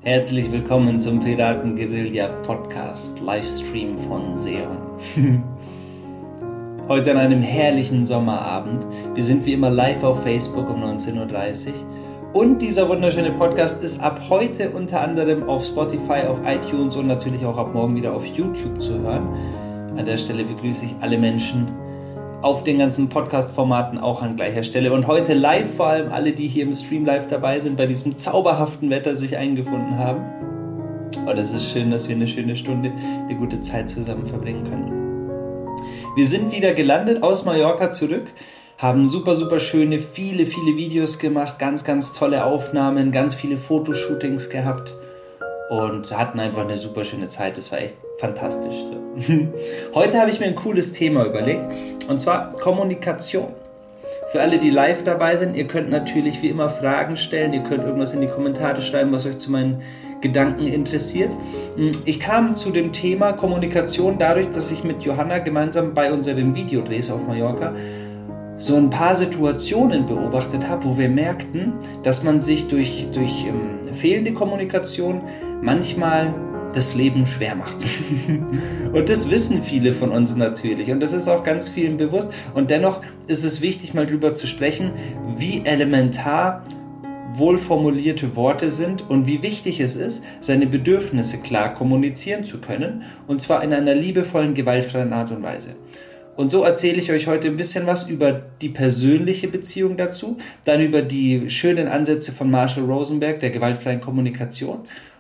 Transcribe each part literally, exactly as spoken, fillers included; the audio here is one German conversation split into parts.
Herzlich willkommen zum Piraten-Guerilla-Podcast, Livestream von Serum. Heute an einem herrlichen Sommerabend. Wir sind wie immer live auf Facebook um neunzehn Uhr dreißig. Und dieser wunderschöne Podcast ist ab heute unter anderem auf Spotify, auf iTunes und natürlich auch ab morgen wieder auf YouTube zu hören. An der Stelle begrüße ich alle Menschen auf den ganzen Podcast-Formaten auch an gleicher Stelle. Und heute live vor allem alle, die hier im Stream live dabei sind, bei diesem zauberhaften Wetter sich eingefunden haben. Und es ist schön, dass wir eine schöne Stunde, eine gute Zeit zusammen verbringen können. Wir sind wieder gelandet aus Mallorca zurück, haben super, super schöne, viele, viele Videos gemacht, ganz, ganz tolle Aufnahmen, ganz viele Fotoshootings gehabt und hatten einfach eine super schöne Zeit. Das war echt fantastisch. So. Heute habe ich mir ein cooles Thema überlegt, und zwar Kommunikation. Für alle, die live dabei sind, ihr könnt natürlich wie immer Fragen stellen, ihr könnt irgendwas in die Kommentare schreiben, was euch zu meinen Gedanken interessiert. Ich kam zu dem Thema Kommunikation dadurch, dass ich mit Johanna gemeinsam bei unseren Videodrehs auf Mallorca so ein paar Situationen beobachtet habe, wo wir merkten, dass man sich durch, durch ähm, fehlende Kommunikation manchmal das Leben schwer macht. Und das wissen viele von uns natürlich und das ist auch ganz vielen bewusst. Und dennoch ist es wichtig, mal drüber zu sprechen, wie elementar wohlformulierte Worte sind und wie wichtig es ist, seine Bedürfnisse klar kommunizieren zu können, und zwar in einer liebevollen, gewaltfreien Art und Weise. Und so erzähle ich euch heute ein bisschen was über die persönliche Beziehung dazu, dann über die schönen Ansätze von Marshall Rosenberg, der gewaltfreien Kommunikation,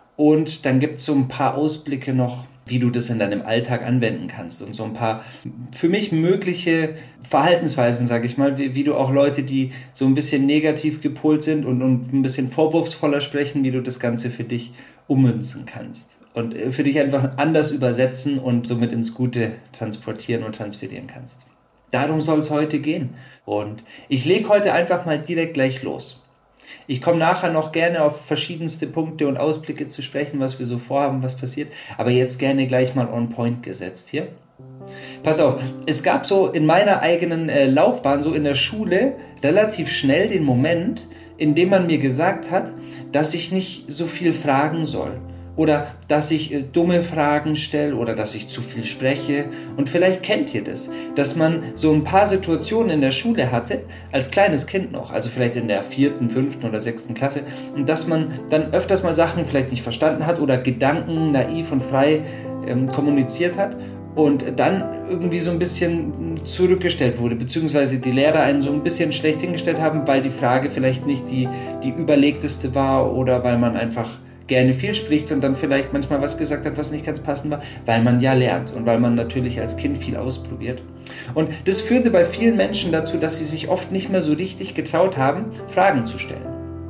und dann gibt es so ein paar Ausblicke noch, wie du das in deinem Alltag anwenden kannst und so ein paar für mich mögliche Verhaltensweisen, sage ich mal, wie, wie du auch Leute, die so ein bisschen negativ gepolt sind und, und ein bisschen vorwurfsvoller sprechen, wie du das Ganze für dich ummünzen kannst und für dich einfach anders übersetzen und somit ins Gute transportieren und transferieren kannst. Darum soll es heute gehen. Und ich lege heute einfach mal direkt gleich los. Ich komme nachher noch gerne auf verschiedenste Punkte und Ausblicke zu sprechen, was wir so vorhaben, was passiert. Aber jetzt gerne gleich mal on point gesetzt hier. Pass auf, es gab so in meiner eigenen äh, Laufbahn, so in der Schule, relativ schnell den Moment, in dem man mir gesagt hat, dass ich nicht so viel fragen soll. Oder dass ich äh, dumme Fragen stelle oder dass ich zu viel spreche. Und vielleicht kennt ihr das, dass man so ein paar Situationen in der Schule hatte, als kleines Kind noch, also vielleicht in der vierten, fünften oder sechsten Klasse, und dass man dann öfters mal Sachen vielleicht nicht verstanden hat oder Gedanken naiv und frei ähm, kommuniziert hat und dann irgendwie so ein bisschen zurückgestellt wurde, beziehungsweise die Lehrer einen so ein bisschen schlecht hingestellt haben, weil die Frage vielleicht nicht die, die überlegteste war oder weil man einfach gerne viel spricht und dann vielleicht manchmal was gesagt hat, was nicht ganz passend war, weil man ja lernt und weil man natürlich als Kind viel ausprobiert. Und das führte bei vielen Menschen dazu, dass sie sich oft nicht mehr so richtig getraut haben, Fragen zu stellen.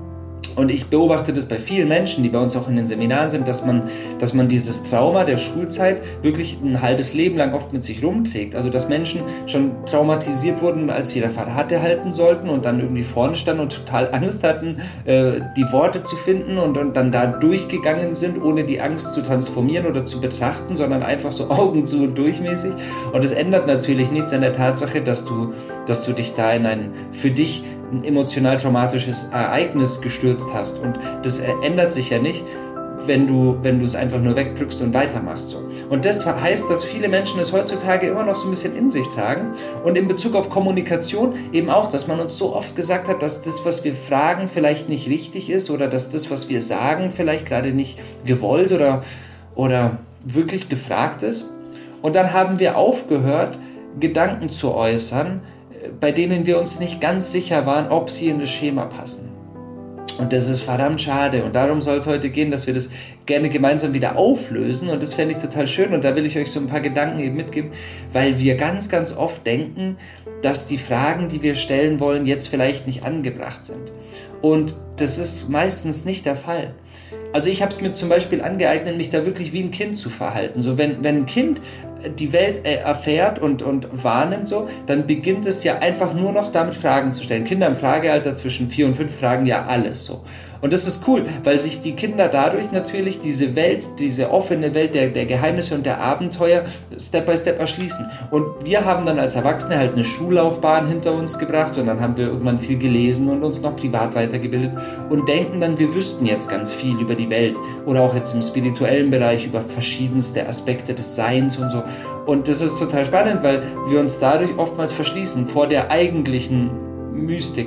Und ich beobachte das bei vielen Menschen, die bei uns auch in den Seminaren sind, dass man, dass man dieses Trauma der Schulzeit wirklich ein halbes Leben lang oft mit sich rumträgt. Also dass Menschen schon traumatisiert wurden, als sie Referate halten sollten und dann irgendwie vorne standen und total Angst hatten, äh, die Worte zu finden und, und dann da durchgegangen sind, ohne die Angst zu transformieren oder zu betrachten, sondern einfach so Augen zu und durchmäßig. Und es ändert natürlich nichts an der Tatsache, dass du, dass du dich da in ein für dich ein emotional traumatisches Ereignis gestürzt hast. Und das ändert sich ja nicht, wenn du, wenn du es einfach nur wegdrückst und weitermachst. So. Und das heißt, dass viele Menschen es heutzutage immer noch so ein bisschen in sich tragen. Und in Bezug auf Kommunikation eben auch, dass man uns so oft gesagt hat, dass das, was wir fragen, vielleicht nicht richtig ist oder dass das, was wir sagen, vielleicht gerade nicht gewollt oder, oder wirklich gefragt ist. Und dann haben wir aufgehört, Gedanken zu äußern, bei denen wir uns nicht ganz sicher waren, ob sie in das Schema passen. Und das ist verdammt schade. Und darum soll es heute gehen, dass wir das gerne gemeinsam wieder auflösen. Und das fände ich total schön. Und da will ich euch so ein paar Gedanken eben mitgeben, weil wir ganz, ganz oft denken, dass die Fragen, die wir stellen wollen, jetzt vielleicht nicht angebracht sind. Und das ist meistens nicht der Fall. Also ich habe es mir zum Beispiel angeeignet, mich da wirklich wie ein Kind zu verhalten. So wenn, wenn ein Kind die Welt äh, erfährt und, und wahrnimmt so, dann beginnt es ja einfach nur noch damit Fragen zu stellen. Kinder im Fragealter zwischen vier und fünf fragen ja alles so. Und das ist cool, weil sich die Kinder dadurch natürlich diese Welt, diese offene Welt der, der Geheimnisse und der Abenteuer Step by Step erschließen. Und wir haben dann als Erwachsene halt eine Schullaufbahn hinter uns gebracht und dann haben wir irgendwann viel gelesen und uns noch privat weitergebildet und denken dann, wir wüssten jetzt ganz viel über die Welt oder auch jetzt im spirituellen Bereich über verschiedenste Aspekte des Seins und so. Und das ist total spannend, weil wir uns dadurch oftmals verschließen vor der eigentlichen Mystik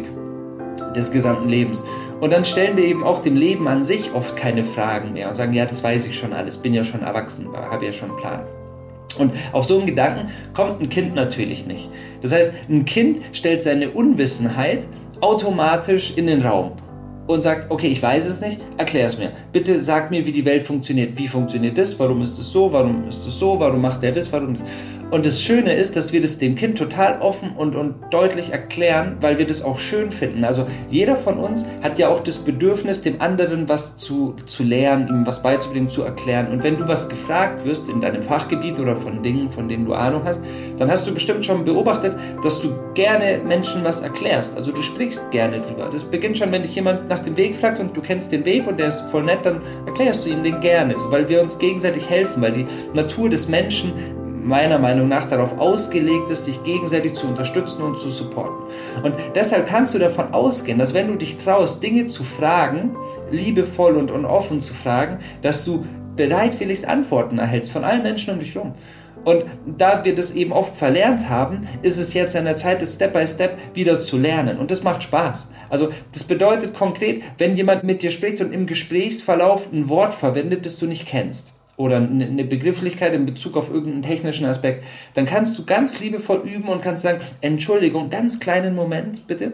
des gesamten Lebens. Und dann stellen wir eben auch dem Leben an sich oft keine Fragen mehr und sagen, ja, das weiß ich schon alles, bin ja schon erwachsen, habe ja schon einen Plan. Und auf so einen Gedanken kommt ein Kind natürlich nicht. Das heißt, ein Kind stellt seine Unwissenheit automatisch in den Raum und sagt, okay, ich weiß es nicht, erklär es mir. Bitte sag mir, wie die Welt funktioniert. Wie funktioniert das? Warum ist es so? Warum ist es so? Warum macht der das? Warum das? Und das Schöne ist, dass wir das dem Kind total offen und, und deutlich erklären, weil wir das auch schön finden. Also jeder von uns hat ja auch das Bedürfnis, dem anderen was zu, zu lehren, ihm was beizubringen, zu erklären. Und wenn du was gefragt wirst in deinem Fachgebiet oder von Dingen, von denen du Ahnung hast, dann hast du bestimmt schon beobachtet, dass du gerne Menschen was erklärst. Also du sprichst gerne drüber. Das beginnt schon, wenn dich jemand nach dem Weg fragt und du kennst den Weg und der ist voll nett, dann erklärst du ihm den gerne. So, weil wir uns gegenseitig helfen, weil die Natur des Menschen meiner Meinung nach darauf ausgelegt ist, sich gegenseitig zu unterstützen und zu supporten. Und deshalb kannst du davon ausgehen, dass wenn du dich traust, Dinge zu fragen, liebevoll und, und offen zu fragen, dass du bereitwilligst Antworten erhältst von allen Menschen um dich herum. Und da wir das eben oft verlernt haben, ist es jetzt an der Zeit, das Step by Step wieder zu lernen. Und das macht Spaß. Also das bedeutet konkret, wenn jemand mit dir spricht und im Gesprächsverlauf ein Wort verwendet, das du nicht kennst, oder eine Begrifflichkeit in Bezug auf irgendeinen technischen Aspekt, dann kannst du ganz liebevoll üben und kannst sagen, Entschuldigung, ganz kleinen Moment bitte,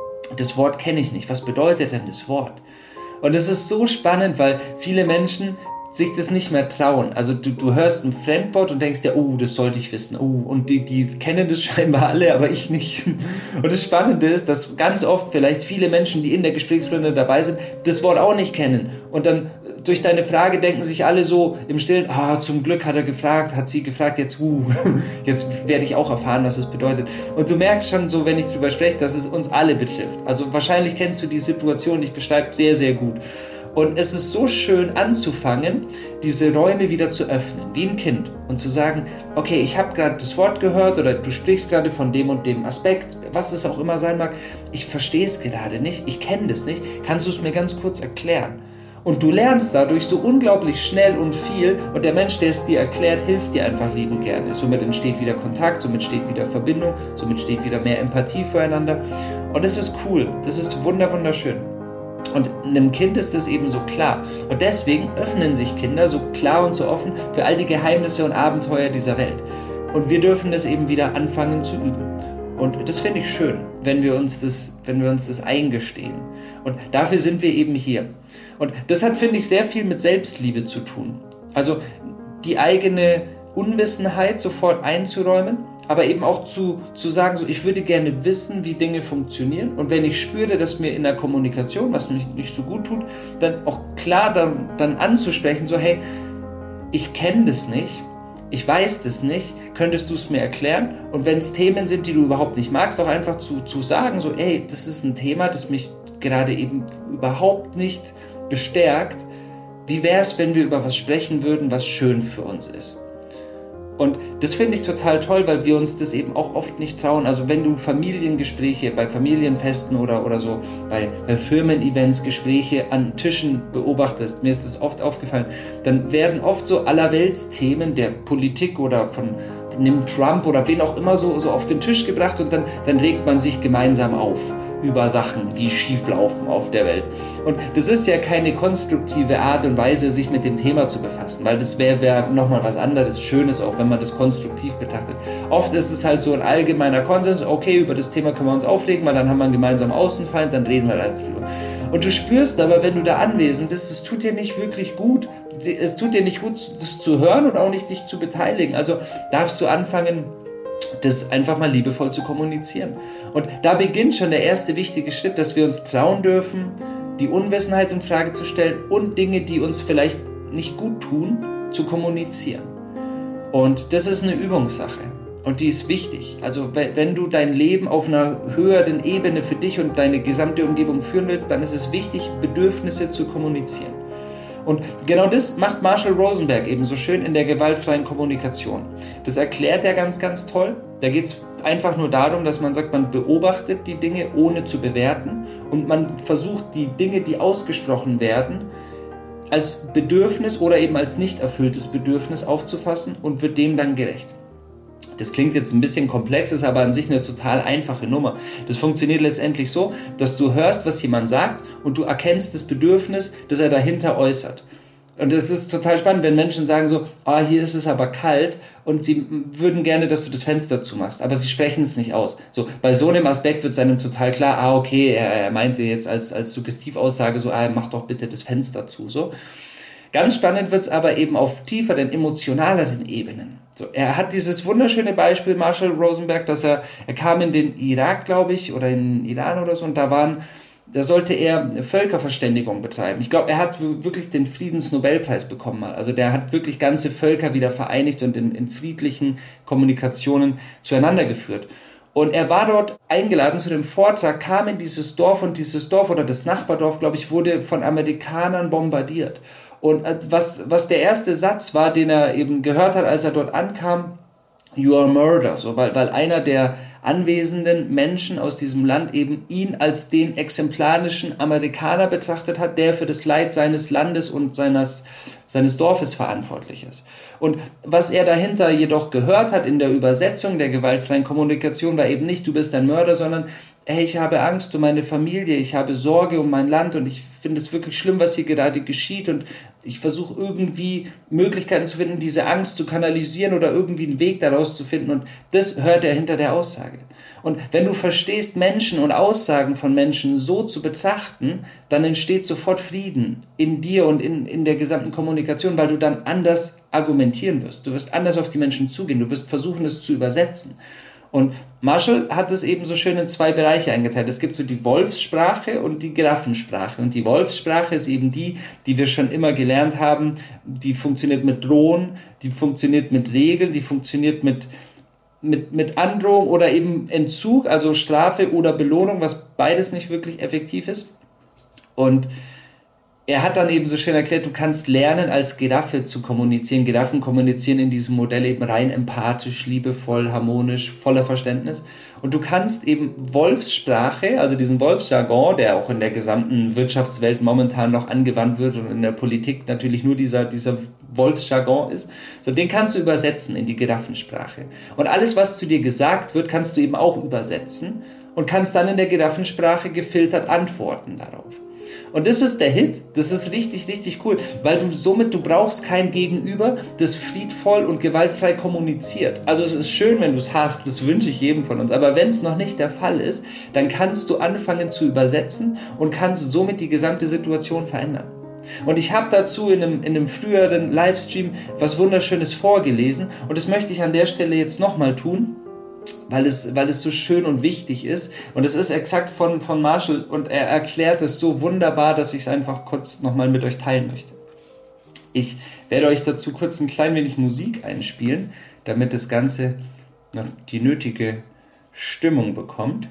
das Wort kenne ich nicht, was bedeutet denn das Wort? Und es ist so spannend, weil viele Menschen sich das nicht mehr trauen. Also du, du hörst ein Fremdwort und denkst ja, oh, das sollte ich wissen. Oh, und die, die kennen das scheinbar alle, aber ich nicht. Und das Spannende ist, dass ganz oft vielleicht viele Menschen, die in der Gesprächsrunde dabei sind, das Wort auch nicht kennen. Und dann durch deine Frage denken sich alle so im Stillen, ah, zum Glück hat er gefragt, hat sie gefragt, jetzt, uh, jetzt werde ich auch erfahren, was es bedeutet. Und du merkst schon so, wenn ich drüber spreche, dass es uns alle betrifft. Also wahrscheinlich kennst du die Situation, die ich beschreibe, sehr, sehr gut. Und es ist so schön anzufangen, diese Räume wieder zu öffnen, wie ein Kind. Und zu sagen, okay, ich habe gerade das Wort gehört oder du sprichst gerade von dem und dem Aspekt, was es auch immer sein mag. Ich verstehe es gerade nicht, ich kenne das nicht. Kannst du es mir ganz kurz erklären? Und du lernst dadurch so unglaublich schnell und viel und der Mensch, der es dir erklärt, hilft dir einfach liebend gerne. Somit entsteht wieder Kontakt, somit entsteht wieder Verbindung, somit entsteht wieder mehr Empathie füreinander. Und das ist cool, das ist wunderschön. Und einem Kind ist das eben so klar. Und deswegen öffnen sich Kinder so klar und so offen für all die Geheimnisse und Abenteuer dieser Welt. Und wir dürfen das eben wieder anfangen zu üben. Und das finde ich schön, wenn wir uns das, wenn wir uns das eingestehen. Und dafür sind wir eben hier. Und das hat, finde ich, sehr viel mit Selbstliebe zu tun. Also die eigene Unwissenheit sofort einzuräumen, aber eben auch zu, zu sagen, so, ich würde gerne wissen, wie Dinge funktionieren. Und wenn ich spüre, dass mir in der Kommunikation, was mich nicht so gut tut, dann auch klar dann, dann anzusprechen, so, hey, ich kenne das nicht, ich weiß das nicht, könntest du es mir erklären? Und wenn es Themen sind, die du überhaupt nicht magst, auch einfach zu, zu sagen, so, hey, das ist ein Thema, das mich gerade eben überhaupt nicht bestärkt. Wie wäre es, wenn wir über was sprechen würden, was schön für uns ist? Und das finde ich total toll, weil wir uns das eben auch oft nicht trauen. Also wenn du Familiengespräche bei Familienfesten oder, oder so bei, bei Firmen-Events Gespräche an Tischen beobachtest, mir ist das oft aufgefallen, dann werden oft so Allerweltsthemen der Politik oder von einem Trump oder wen auch immer so, so auf den Tisch gebracht und dann, dann regt man sich gemeinsam auf über Sachen, die schief laufen auf der Welt. Und das ist ja keine konstruktive Art und Weise, sich mit dem Thema zu befassen, weil das wäre wär nochmal was anderes, Schönes auch, wenn man das konstruktiv betrachtet. Oft ist es halt so ein allgemeiner Konsens, okay, über das Thema können wir uns aufregen, weil dann haben wir einen gemeinsamen Außenfeind, dann reden wir da jetzt drüber. Und du spürst aber, wenn du da anwesend bist, es tut dir nicht wirklich gut. Es tut dir nicht gut, das zu hören und auch nicht dich zu beteiligen. Also darfst du anfangen, das einfach mal liebevoll zu kommunizieren. Und da beginnt schon der erste wichtige Schritt, dass wir uns trauen dürfen, die Unwissenheit in Frage zu stellen und Dinge, die uns vielleicht nicht gut tun, zu kommunizieren. Und das ist eine Übungssache. Und die ist wichtig. Also wenn du dein Leben auf einer höheren Ebene für dich und deine gesamte Umgebung führen willst, dann ist es wichtig, Bedürfnisse zu kommunizieren. Und genau das macht Marshall Rosenberg eben so schön in der gewaltfreien Kommunikation. Das erklärt er ganz, ganz toll. Da geht es einfach nur darum, dass man sagt, man beobachtet die Dinge ohne zu bewerten und man versucht die Dinge, die ausgesprochen werden, als Bedürfnis oder eben als nicht erfülltes Bedürfnis aufzufassen und wird dem dann gerecht. Das klingt jetzt ein bisschen komplex, ist aber an sich eine total einfache Nummer. Das funktioniert letztendlich so, dass du hörst, was jemand sagt und du erkennst das Bedürfnis, das er dahinter äußert. Und das ist total spannend, wenn Menschen sagen so, ah, hier ist es aber kalt und sie würden gerne, dass du das Fenster zumachst, aber sie sprechen es nicht aus. So, bei so einem Aspekt wird es einem total klar, ah, okay, er, er meinte jetzt als, als Suggestivaussage so, ah, mach doch bitte das Fenster zu, so. Ganz spannend wird es aber eben auf tieferen, emotionaleren Ebenen. So, er hat dieses wunderschöne Beispiel, Marshall Rosenberg, dass er, er kam in den Irak, glaube ich, oder in Iran oder so, und da waren, da sollte er Völkerverständigung betreiben. Ich glaube, er hat wirklich den Friedensnobelpreis bekommen mal. Also der hat wirklich ganze Völker wieder vereinigt und in, in friedlichen Kommunikationen zueinander geführt. Und er war dort eingeladen zu dem Vortrag, kam in dieses Dorf und dieses Dorf oder das Nachbardorf, glaube ich, wurde von Amerikanern bombardiert. Und was, was der erste Satz war, den er eben gehört hat, als er dort ankam, you are murder, so, weil, weil einer der anwesenden Menschen aus diesem Land eben ihn als den exemplarischen Amerikaner betrachtet hat, der für das Leid seines Landes und seines, seines Dorfes verantwortlich ist. Und was er dahinter jedoch gehört hat in der Übersetzung der gewaltfreien Kommunikation, war eben nicht, du bist ein Mörder, sondern hey, ich habe Angst um meine Familie, ich habe Sorge um mein Land und ich finde es wirklich schlimm, was hier gerade geschieht und ich versuche irgendwie Möglichkeiten zu finden, diese Angst zu kanalisieren oder irgendwie einen Weg daraus zu finden und das hört er hinter der Aussage. Und wenn du verstehst, Menschen und Aussagen von Menschen so zu betrachten, dann entsteht sofort Frieden in dir und in, in der gesamten Kommunikation, weil du dann anders argumentieren wirst. Du wirst anders auf die Menschen zugehen, du wirst versuchen, es zu übersetzen. Und Marshall hat es eben so schön in zwei Bereiche eingeteilt. Es gibt so die Wolfssprache und die Giraffensprache. Und die Wolfssprache ist eben die, die wir schon immer gelernt haben. Die funktioniert mit Drohen, die funktioniert mit Regeln, die funktioniert mit, mit, mit Androhung oder eben Entzug, also Strafe oder Belohnung, was beides nicht wirklich effektiv ist. Und er hat dann eben so schön erklärt, du kannst lernen, als Giraffe zu kommunizieren. Giraffen kommunizieren in diesem Modell eben rein empathisch, liebevoll, harmonisch, voller Verständnis. Und du kannst eben Wolfssprache, also diesen Wolfsjargon, der auch in der gesamten Wirtschaftswelt momentan noch angewandt wird und in der Politik natürlich nur dieser, dieser Wolfsjargon ist, so den kannst du übersetzen in die Giraffensprache. Und alles, was zu dir gesagt wird, kannst du eben auch übersetzen und kannst dann in der Giraffensprache gefiltert antworten darauf. Und das ist der Hit, das ist richtig, richtig cool, weil du somit, du brauchst kein Gegenüber, das friedvoll und gewaltfrei kommuniziert. Also es ist schön, wenn du es hast, das wünsche ich jedem von uns, aber wenn es noch nicht der Fall ist, dann kannst du anfangen zu übersetzen und kannst somit die gesamte Situation verändern. Und ich habe dazu in einem, in einem früheren Livestream was Wunderschönes vorgelesen und das möchte ich an der Stelle jetzt nochmal tun, weil es, weil es so schön und wichtig ist. Und es ist exakt von, von Marshall und er erklärt es so wunderbar, dass ich es einfach kurz nochmal mit euch teilen möchte. Ich werde euch dazu kurz ein klein wenig Musik einspielen, damit das Ganze noch die nötige Stimmung bekommt.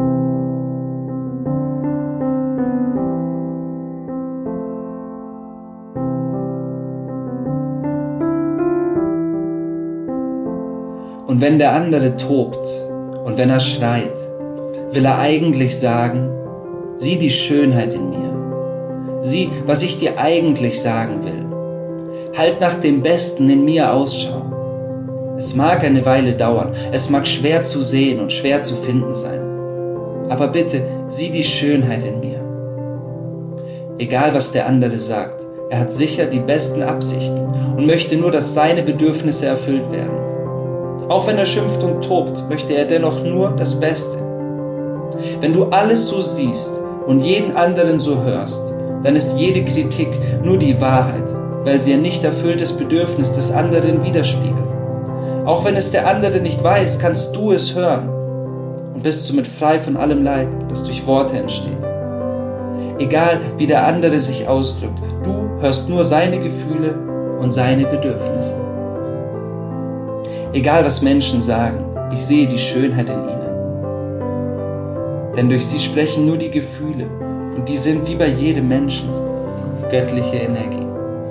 Und wenn der andere tobt und wenn er schreit, will er eigentlich sagen, sieh die Schönheit in mir. Sieh, was ich dir eigentlich sagen will. Halt nach dem Besten in mir Ausschau. Es mag eine Weile dauern, es mag schwer zu sehen und schwer zu finden sein. Aber bitte, sieh die Schönheit in mir. Egal, was der andere sagt, er hat sicher die besten Absichten und möchte nur, dass seine Bedürfnisse erfüllt werden. Auch wenn er schimpft und tobt, möchte er dennoch nur das Beste. Wenn du alles so siehst und jeden anderen so hörst, dann ist jede Kritik nur die Wahrheit, weil sie ein nicht erfülltes Bedürfnis des anderen widerspiegelt. Auch wenn es der andere nicht weiß, kannst du es hören und bist somit frei von allem Leid, das durch Worte entsteht. Egal, wie der andere sich ausdrückt, du hörst nur seine Gefühle und seine Bedürfnisse. Egal was Menschen sagen, ich sehe die Schönheit in ihnen. Denn durch sie sprechen nur die Gefühle und die sind wie bei jedem Menschen göttliche Energie.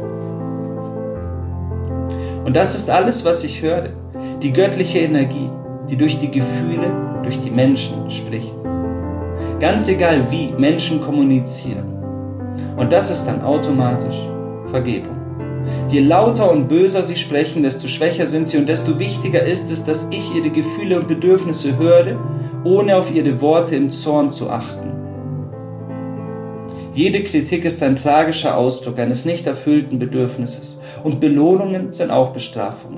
Und das ist alles, was ich höre. Die göttliche Energie, die durch die Gefühle, durch die Menschen spricht. Ganz egal, wie Menschen kommunizieren. Und das ist dann automatisch Vergebung. Je lauter und böser sie sprechen, desto schwächer sind sie und desto wichtiger ist es, dass ich ihre Gefühle und Bedürfnisse höre, ohne auf ihre Worte im Zorn zu achten. Jede Kritik ist ein tragischer Ausdruck eines nicht erfüllten Bedürfnisses und Belohnungen sind auch Bestrafungen.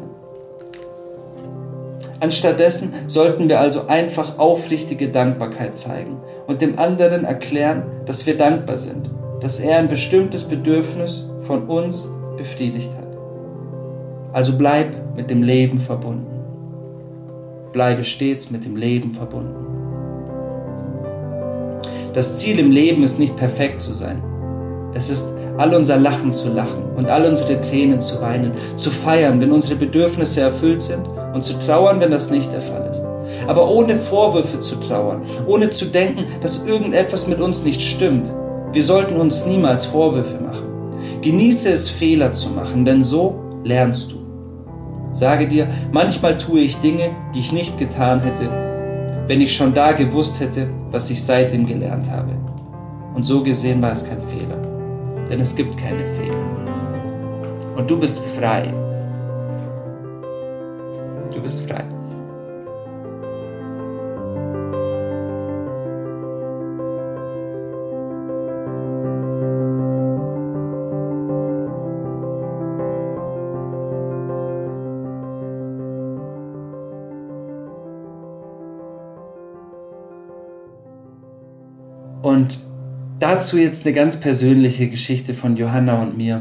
Anstattdessen sollten wir also einfach aufrichtige Dankbarkeit zeigen und dem anderen erklären, dass wir dankbar sind, dass er ein bestimmtes Bedürfnis von uns befriedigt hat. Also bleib mit dem Leben verbunden. Bleibe stets mit dem Leben verbunden. Das Ziel im Leben ist nicht perfekt zu sein. Es ist, all unser Lachen zu lachen und all unsere Tränen zu weinen, zu feiern, wenn unsere Bedürfnisse erfüllt sind und zu trauern, wenn das nicht der Fall ist. Aber ohne Vorwürfe zu trauern, ohne zu denken, dass irgendetwas mit uns nicht stimmt. Wir sollten uns niemals Vorwürfe machen. Genieße es, Fehler zu machen, denn so lernst du. Sage dir, manchmal tue ich Dinge, die ich nicht getan hätte, wenn ich schon da gewusst hätte, was ich seitdem gelernt habe. Und so gesehen war es kein Fehler, denn es gibt keine Fehler. Und du bist frei. Du bist frei. Und dazu jetzt eine ganz persönliche Geschichte von Johanna und mir,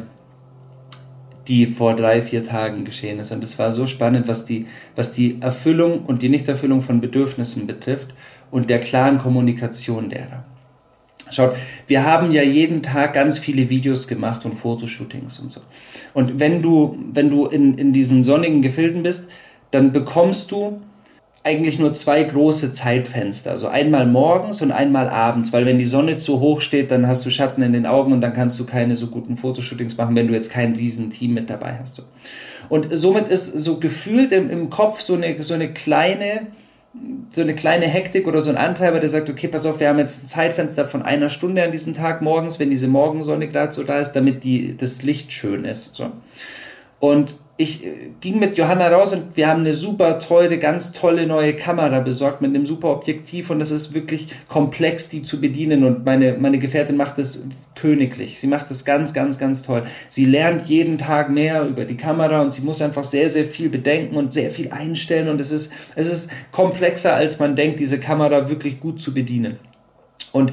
die vor drei, vier Tagen geschehen ist. Und es war so spannend, was die, was die Erfüllung und die Nichterfüllung von Bedürfnissen betrifft und der klaren Kommunikation derer. Schaut, wir haben ja jeden Tag ganz viele Videos gemacht und Fotoshootings und so. Und wenn du, wenn du in, in diesen sonnigen Gefilden bist, dann bekommst du eigentlich nur zwei große Zeitfenster, also einmal morgens und einmal abends, weil wenn die Sonne zu hoch steht, dann hast du Schatten in den Augen und dann kannst du keine so guten Fotoshootings machen, wenn du jetzt kein riesen Team mit dabei hast. Und somit ist so gefühlt im, im Kopf so eine, so eine kleine so eine kleine Hektik oder so ein Antreiber, der sagt, okay, pass auf, wir haben jetzt ein Zeitfenster von einer Stunde an diesem Tag morgens, wenn diese Morgensonne gerade so da ist, damit die, das Licht schön ist. So. Und ich ging mit Johanna raus und wir haben eine super teure, ganz tolle neue Kamera besorgt mit einem super Objektiv und es ist wirklich komplex, die zu bedienen und meine, meine Gefährtin macht das königlich. Sie macht das ganz, ganz, ganz toll. Sie lernt jeden Tag mehr über die Kamera und sie muss einfach sehr, sehr viel bedenken und sehr viel einstellen und es ist, es ist komplexer, als man denkt, diese Kamera wirklich gut zu bedienen. Und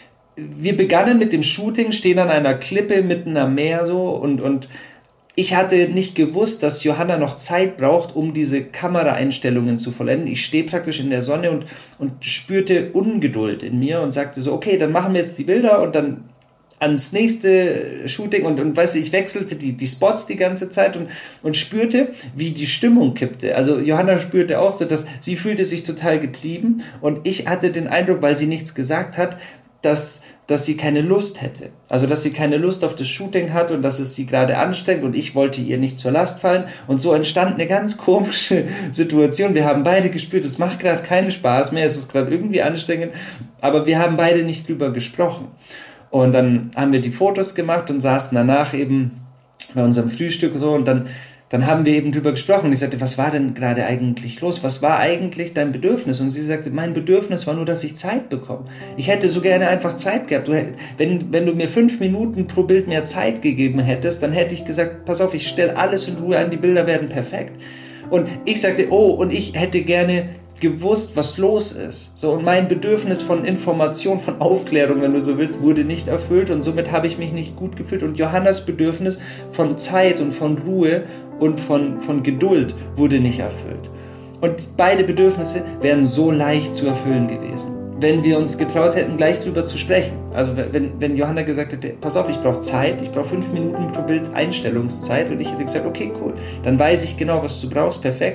wir begannen mit dem Shooting, stehen an einer Klippe mitten am Meer so und, und ich hatte nicht gewusst, dass Johanna noch Zeit braucht, um diese Kameraeinstellungen zu vollenden. Ich stehe praktisch in der Sonne und, und spürte Ungeduld in mir und sagte so, okay, dann machen wir jetzt die Bilder und dann ans nächste Shooting und, und weißt du, ich wechselte die, die Spots die ganze Zeit und, und spürte, wie die Stimmung kippte. Also Johanna spürte auch so, dass sie fühlte sich total getrieben und ich hatte den Eindruck, weil sie nichts gesagt hat, dass, dass sie keine Lust hätte. Also, dass sie keine Lust auf das Shooting hat und dass es sie gerade anstrengt und ich wollte ihr nicht zur Last fallen. Und so entstand eine ganz komische Situation. Wir haben beide gespürt, es macht gerade keinen Spaß mehr, es ist gerade irgendwie anstrengend, aber wir haben beide nicht drüber gesprochen. Und dann haben wir die Fotos gemacht und saßen danach eben bei unserem Frühstück so und dann Dann haben wir eben drüber gesprochen und ich sagte, was war denn gerade eigentlich los? Was war eigentlich dein Bedürfnis? Und sie sagte, mein Bedürfnis war nur, dass ich Zeit bekomme. Ich hätte so gerne einfach Zeit gehabt. Du, wenn, wenn du mir fünf Minuten pro Bild mehr Zeit gegeben hättest, dann hätte ich gesagt, pass auf, ich stelle alles in Ruhe an, die Bilder werden perfekt. Und ich sagte, oh, und ich hätte gerne gewusst, was los ist. So, und mein Bedürfnis von Information, von Aufklärung, wenn du so willst, wurde nicht erfüllt und somit habe ich mich nicht gut gefühlt. Und Johannas Bedürfnis von Zeit und von Ruhe und von, von Geduld wurde nicht erfüllt. Und beide Bedürfnisse wären so leicht zu erfüllen gewesen, wenn wir uns getraut hätten, gleich drüber zu sprechen. Also wenn, wenn Johanna gesagt hätte, pass auf, ich brauche Zeit, ich brauche fünf Minuten pro Bild Einstellungszeit und ich hätte gesagt, okay, cool, dann weiß ich genau, was du brauchst, perfekt.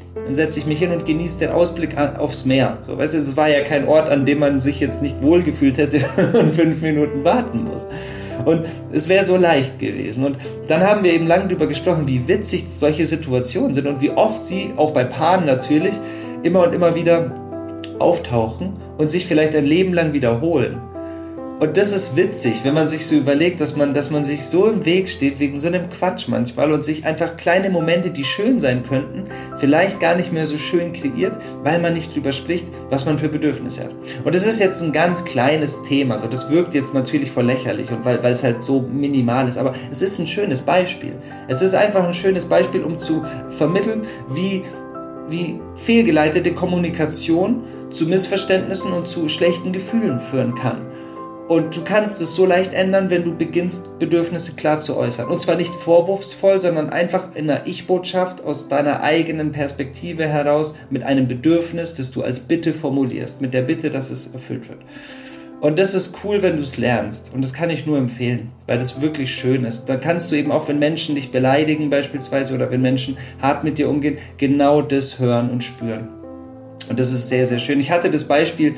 Dann setze ich mich hin und genieße den Ausblick aufs Meer. So, weißt du, es war ja kein Ort, an dem man sich jetzt nicht wohlgefühlt hätte und fünf Minuten warten muss. Und es wäre so leicht gewesen. Und dann haben wir eben lange darüber gesprochen, wie witzig solche Situationen sind und wie oft sie, auch bei Paaren natürlich, immer und immer wieder auftauchen und sich vielleicht ein Leben lang wiederholen. Und das ist witzig, wenn man sich so überlegt, dass man, dass man sich so im Weg steht wegen so einem Quatsch manchmal und sich einfach kleine Momente, die schön sein könnten, vielleicht gar nicht mehr so schön kreiert, weil man nicht drüber spricht, was man für Bedürfnisse hat. Und das ist jetzt ein ganz kleines Thema, also das wirkt jetzt natürlich voll lächerlich und weil, weil es halt so minimal ist, aber es ist ein schönes Beispiel. Es ist einfach ein schönes Beispiel, um zu vermitteln, wie, wie fehlgeleitete Kommunikation zu Missverständnissen und zu schlechten Gefühlen führen kann. Und du kannst es so leicht ändern, wenn du beginnst, Bedürfnisse klar zu äußern. Und zwar nicht vorwurfsvoll, sondern einfach in einer Ich-Botschaft aus deiner eigenen Perspektive heraus mit einem Bedürfnis, das du als Bitte formulierst. Mit der Bitte, dass es erfüllt wird. Und das ist cool, wenn du es lernst. Und das kann ich nur empfehlen, weil das wirklich schön ist. Da kannst du eben auch, wenn Menschen dich beleidigen beispielsweise oder wenn Menschen hart mit dir umgehen, genau das hören und spüren. Und das ist sehr, sehr schön. Ich hatte das Beispiel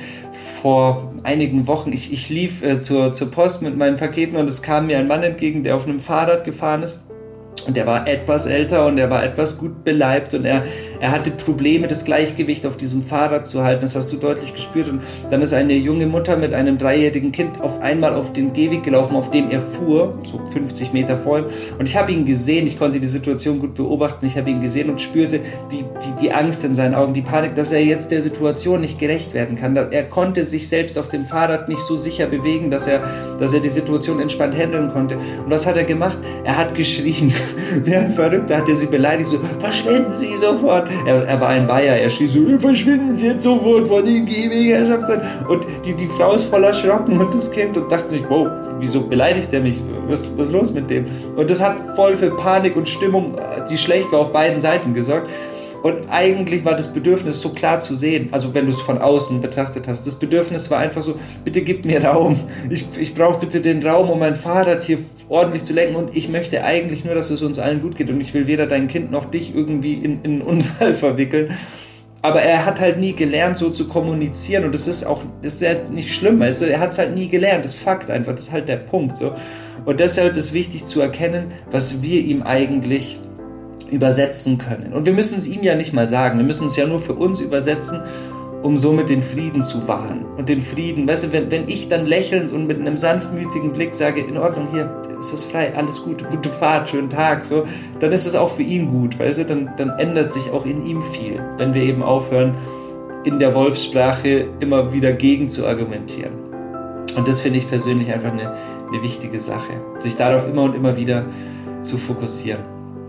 vor einigen Wochen. Ich, ich lief äh, zur, zur Post mit meinen Paketen und es kam mir ein Mann entgegen, der auf einem Fahrrad gefahren ist. Und er war etwas älter und er war etwas gut beleibt und er, er hatte Probleme, das Gleichgewicht auf diesem Fahrrad zu halten. Das hast du deutlich gespürt. Und dann ist eine junge Mutter mit einem dreijährigen Kind auf einmal auf den Gehweg gelaufen, auf dem er fuhr, so fünfzig Meter vor ihm. Und ich habe ihn gesehen, ich konnte die Situation gut beobachten. Ich habe ihn gesehen und spürte die, die, die Angst in seinen Augen, die Panik, dass er jetzt der Situation nicht gerecht werden kann. Er konnte sich selbst auf dem Fahrrad nicht so sicher bewegen, dass er, dass er die Situation entspannt handeln konnte. Und was hat er gemacht? Er hat geschrien. Wie ein Verrückter hat er sie beleidigt, so, verschwinden Sie sofort. Er, er war ein Bayer, er schrie so, verschwinden Sie jetzt sofort von dem Gehweg, Herrschaftszeiten. Und die, die Frau ist voll erschrocken und das Kind und dachte sich, wow, wieso beleidigt er mich? Was, was ist los mit dem? Und das hat voll für Panik und Stimmung, die schlecht war, auf beiden Seiten gesorgt. Und eigentlich war das Bedürfnis so klar zu sehen, also wenn du es von außen betrachtet hast, das Bedürfnis war einfach so, bitte gib mir Raum, ich, ich brauche bitte den Raum, um mein Fahrrad hier ordentlich zu lenken und ich möchte eigentlich nur, dass es uns allen gut geht und ich will weder dein Kind noch dich irgendwie in, in einen Unfall verwickeln. Aber er hat halt nie gelernt, so zu kommunizieren und das ist auch, ist ja nicht schlimm, weißt du? Er hat es halt nie gelernt, das ist Fakt einfach, das ist halt der Punkt. So. Und deshalb ist wichtig zu erkennen, was wir ihm eigentlich übersetzen können. Und wir müssen es ihm ja nicht mal sagen, wir müssen es ja nur für uns übersetzen, um somit den Frieden zu wahren. Und den Frieden, weißt du, wenn, wenn ich dann lächelnd und mit einem sanftmütigen Blick sage, in Ordnung, hier, ist es frei, alles gut, gute Fahrt, schönen Tag, so, dann ist es auch für ihn gut, weißt du, dann, dann ändert sich auch in ihm viel, wenn wir eben aufhören, in der Wolfssprache immer wieder gegen zu argumentieren. Und das finde ich persönlich einfach eine, eine wichtige Sache, sich darauf immer und immer wieder zu fokussieren.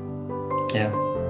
Ja.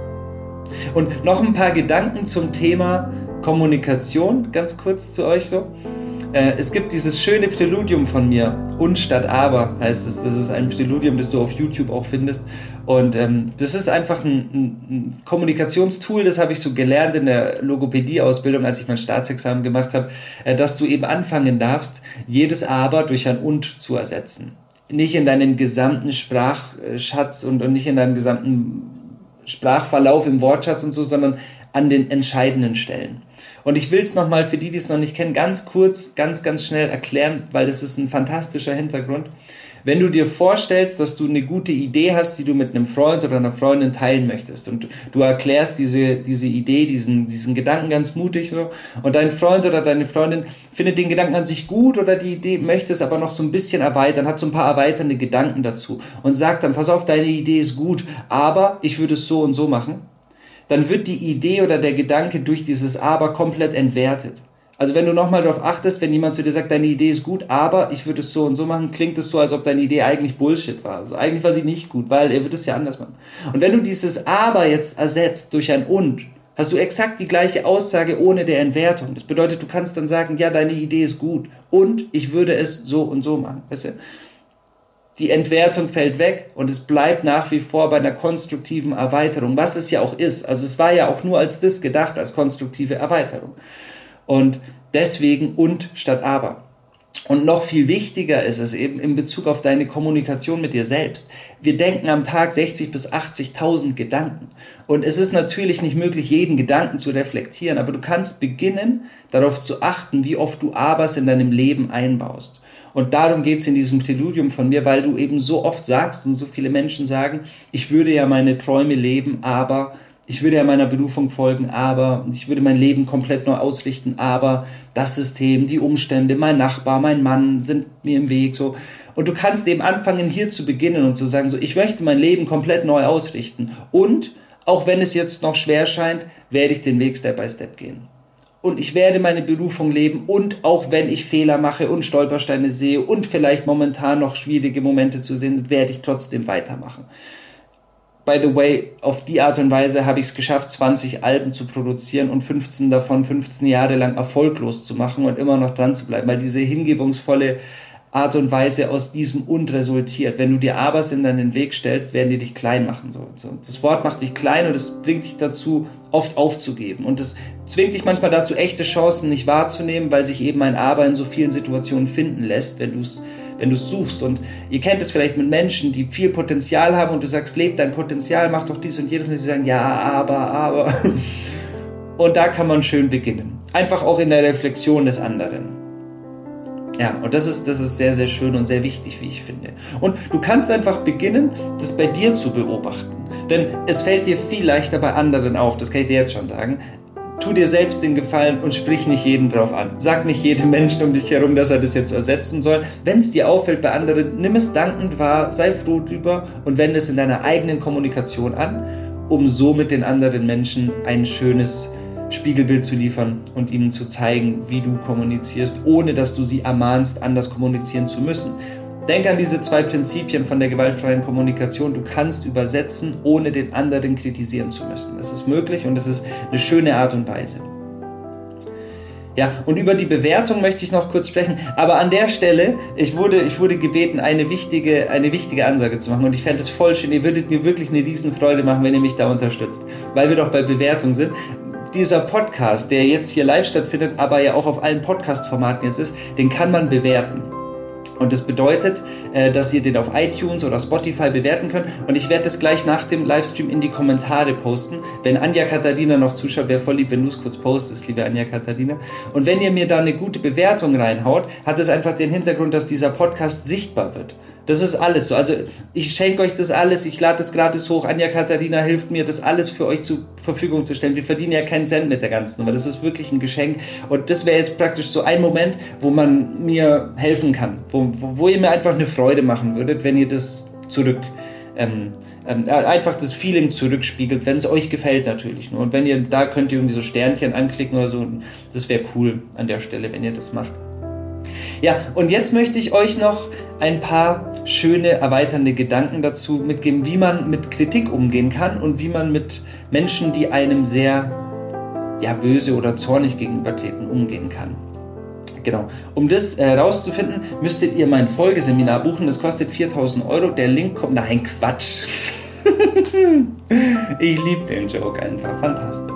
Und noch ein paar Gedanken zum Thema Kommunikation, ganz kurz zu euch so. Äh, es gibt dieses schöne Präludium von mir, und statt aber heißt es. Das ist ein Präludium, das du auf YouTube auch findest. Und ähm, das ist einfach ein, ein, ein Kommunikationstool, das habe ich so gelernt in der Logopädie-Ausbildung, als ich mein Staatsexamen gemacht habe, äh, dass du eben anfangen darfst, jedes aber durch ein und zu ersetzen. Nicht in deinem gesamten Sprachschatz und, und nicht in deinem gesamten Sprachverlauf im Wortschatz und so, sondern an den entscheidenden Stellen. Und ich will es nochmal für die, die es noch nicht kennen, ganz kurz, ganz, ganz schnell erklären, weil das ist ein fantastischer Hintergrund. Wenn du dir vorstellst, dass du eine gute Idee hast, die du mit einem Freund oder einer Freundin teilen möchtest und du erklärst diese, diese Idee, diesen, diesen Gedanken ganz mutig so und dein Freund oder deine Freundin findet den Gedanken an sich gut oder die Idee, möchte es aber noch so ein bisschen erweitern, hat so ein paar erweiternde Gedanken dazu und sagt dann, pass auf, deine Idee ist gut, aber ich würde es so und so machen, dann wird die Idee oder der Gedanke durch dieses Aber komplett entwertet. Also wenn du nochmal darauf achtest, wenn jemand zu dir sagt, deine Idee ist gut, aber ich würde es so und so machen, klingt es so, als ob deine Idee eigentlich Bullshit war. Also eigentlich war sie nicht gut, weil er wird es ja anders machen. Und wenn du dieses Aber jetzt ersetzt durch ein Und, hast du exakt die gleiche Aussage ohne der Entwertung. Das bedeutet, du kannst dann sagen, ja, deine Idee ist gut und ich würde es so und so machen. Weißt du? Die Entwertung fällt weg und es bleibt nach wie vor bei einer konstruktiven Erweiterung, was es ja auch ist. Also es war ja auch nur als das gedacht, als konstruktive Erweiterung. Und deswegen und statt aber. Und noch viel wichtiger ist es eben in Bezug auf deine Kommunikation mit dir selbst. Wir denken am Tag sechzig bis achtzigtausend Gedanken. Und es ist natürlich nicht möglich, jeden Gedanken zu reflektieren, aber du kannst beginnen, darauf zu achten, wie oft du Abers in deinem Leben einbaust. Und darum geht es in diesem Präludium von mir, weil du eben so oft sagst und so viele Menschen sagen, ich würde ja meine Träume leben, aber... Ich würde ja meiner Berufung folgen, aber ich würde mein Leben komplett neu ausrichten, aber das System, die Umstände, mein Nachbar, mein Mann sind mir im Weg, so. Und du kannst eben anfangen, hier zu beginnen und zu sagen, so, ich möchte mein Leben komplett neu ausrichten. Und, auch wenn es jetzt noch schwer scheint, werde ich den Weg Step by Step gehen. Und ich werde meine Berufung leben und auch wenn ich Fehler mache und Stolpersteine sehe und vielleicht momentan noch schwierige Momente zu sehen, werde ich trotzdem weitermachen. By the way, auf die Art und Weise habe ich es geschafft, zwanzig Alben zu produzieren und fünfzehn davon fünfzehn Jahre lang erfolglos zu machen und immer noch dran zu bleiben, weil diese hingebungsvolle Art und Weise aus diesem Und resultiert. Wenn du dir Abers in deinen Weg stellst, werden die dich klein machen. So. Das Wort macht dich klein und es bringt dich dazu, oft aufzugeben. Und es zwingt dich manchmal dazu, echte Chancen nicht wahrzunehmen, weil sich eben ein Aber in so vielen Situationen finden lässt, wenn du es wenn du es suchst. Und ihr kennt es vielleicht mit Menschen, die viel Potenzial haben und du sagst, leb dein Potenzial, mach doch dies und jenes. Und sie sagen, ja, aber, aber. Und da kann man schön beginnen. Einfach auch in der Reflexion des anderen. Ja, und das ist, das ist sehr, sehr schön und sehr wichtig, wie ich finde. Und du kannst einfach beginnen, das bei dir zu beobachten. Denn es fällt dir viel leichter bei anderen auf, das kann ich dir jetzt schon sagen. Tu dir selbst den Gefallen und sprich nicht jeden drauf an. Sag nicht jedem Menschen um dich herum, dass er das jetzt ersetzen soll. Wenn es dir auffällt bei anderen, nimm es dankend wahr, sei froh drüber und wende es in deiner eigenen Kommunikation an, um so mit den anderen Menschen ein schönes Spiegelbild zu liefern und ihnen zu zeigen, wie du kommunizierst, ohne dass du sie ermahnst, anders kommunizieren zu müssen. Denk an diese zwei Prinzipien von der gewaltfreien Kommunikation. Du kannst übersetzen, ohne den anderen kritisieren zu müssen. Das ist möglich und das ist eine schöne Art und Weise. Ja, und über die Bewertung möchte ich noch kurz sprechen. Aber an der Stelle, ich wurde, ich wurde gebeten, eine wichtige, eine wichtige Ansage zu machen. Und ich fände es voll schön, ihr würdet mir wirklich eine Riesenfreude machen, wenn ihr mich da unterstützt. Weil wir doch bei Bewertung sind. Dieser Podcast, der jetzt hier live stattfindet, aber ja auch auf allen Podcast-Formaten jetzt ist, den kann man bewerten. Und das bedeutet, dass ihr den auf iTunes oder Spotify bewerten könnt. Und ich werde das gleich nach dem Livestream in die Kommentare posten. Wenn Anja Katharina noch zuschaut, wäre voll lieb, wenn du es kurz postest, liebe Anja Katharina. Und wenn ihr mir da eine gute Bewertung reinhaut, hat es einfach den Hintergrund, dass dieser Podcast sichtbar wird. Das ist alles so. Also ich schenke euch das alles, ich lade das gratis hoch. Anja Katharina hilft mir, das alles für euch zur Verfügung zu stellen. Wir verdienen ja keinen Cent mit der ganzen Nummer. Das ist wirklich ein Geschenk. Und das wäre jetzt praktisch so ein Moment, wo man mir helfen kann. Wo, wo, wo ihr mir einfach eine Freude machen würdet, wenn ihr das zurück... Ähm, ähm, einfach das Feeling zurückspiegelt, wenn es euch gefällt natürlich. Und wenn ihr, da könnt ihr irgendwie so Sternchen anklicken oder so. Das wäre cool an der Stelle, wenn ihr das macht. Ja, und jetzt möchte ich euch noch ein paar schöne, erweiternde Gedanken dazu mitgeben, wie man mit Kritik umgehen kann und wie man mit Menschen, die einem sehr ja, böse oder zornig gegenübertreten, umgehen kann. Genau. Um das herauszufinden, äh, müsstet ihr mein Folgeseminar buchen. Das kostet viertausend Euro. Der Link kommt... Nein, Quatsch. Ich liebe den Joke einfach. Fantastisch.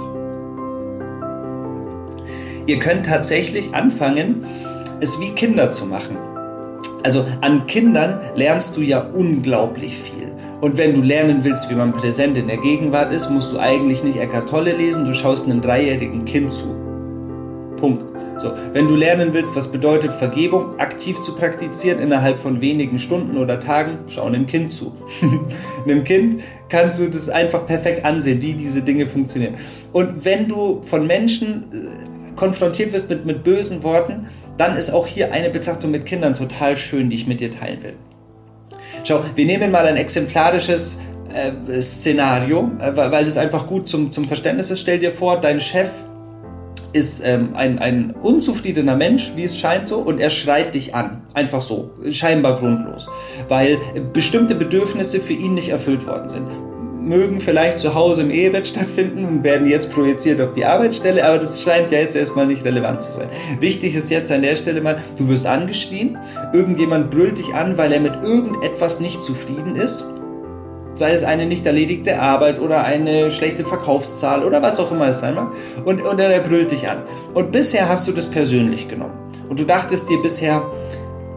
Ihr könnt tatsächlich anfangen, es wie Kinder zu machen. Also an Kindern lernst du ja unglaublich viel. Und wenn du lernen willst, wie man präsent in der Gegenwart ist, musst du eigentlich nicht Eckart Tolle lesen, du schaust einem dreijährigen Kind zu. Punkt. So, wenn du lernen willst, was bedeutet Vergebung, aktiv zu praktizieren innerhalb von wenigen Stunden oder Tagen, schau einem Kind zu. Einem Kind kannst du das einfach perfekt ansehen, wie diese Dinge funktionieren. Und wenn du von Menschen konfrontiert wirst mit, mit bösen Worten, dann ist auch hier eine Betrachtung mit Kindern total schön, die ich mit dir teilen will. Schau, wir nehmen mal ein exemplarisches äh, Szenario, äh, weil es einfach gut zum, zum Verständnis ist. Stell dir vor, dein Chef ist ähm, ein, ein unzufriedener Mensch, wie es scheint so, und er schreit dich an. Einfach so, scheinbar grundlos. Weil bestimmte Bedürfnisse für ihn nicht erfüllt worden sind. Mögen vielleicht zu Hause im Ehebett stattfinden und werden jetzt projiziert auf die Arbeitsstelle, aber das scheint ja jetzt erstmal nicht relevant zu sein. Wichtig ist jetzt an der Stelle mal, du wirst angeschrien, irgendjemand brüllt dich an, weil er mit irgendetwas nicht zufrieden ist, sei es eine nicht erledigte Arbeit oder eine schlechte Verkaufszahl oder was auch immer es sein mag, und, und er brüllt dich an. Und bisher hast du das persönlich genommen. Und du dachtest dir bisher,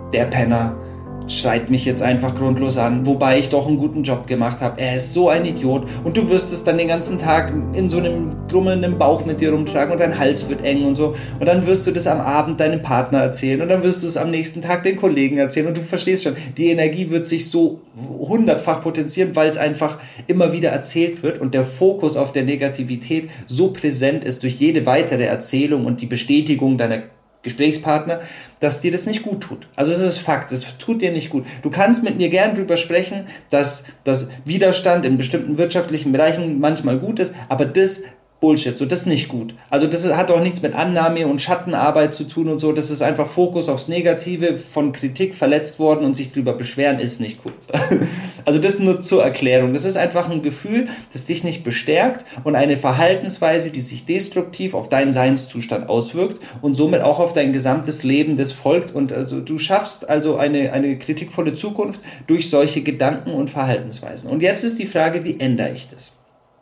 der Penner schreit mich jetzt einfach grundlos an, wobei ich doch einen guten Job gemacht habe. Er ist so ein Idiot. Und du wirst es dann den ganzen Tag in so einem grummelnden Bauch mit dir rumtragen und dein Hals wird eng und so. Und dann wirst du das am Abend deinem Partner erzählen und dann wirst du es am nächsten Tag den Kollegen erzählen und du verstehst schon, die Energie wird sich so hundertfach potenzieren, weil es einfach immer wieder erzählt wird und der Fokus auf der Negativität so präsent ist durch jede weitere Erzählung und die Bestätigung deiner Gesprächspartner, dass dir das nicht gut tut. Also es ist Fakt, es tut dir nicht gut. Du kannst mit mir gern drüber sprechen, dass das Widerstand in bestimmten wirtschaftlichen Bereichen manchmal gut ist, aber das Bullshit, so das ist nicht gut. Also das hat auch nichts mit Annahme und Schattenarbeit zu tun und so, das ist einfach Fokus aufs Negative, von Kritik verletzt worden und sich drüber beschweren ist nicht gut. Also das nur zur Erklärung. Das ist einfach ein Gefühl, das dich nicht bestärkt und eine Verhaltensweise, die sich destruktiv auf deinen Seinszustand auswirkt und somit auch auf dein gesamtes Leben, das folgt und also du schaffst also eine, eine kritikvolle Zukunft durch solche Gedanken und Verhaltensweisen. Und jetzt ist die Frage, wie ändere ich das?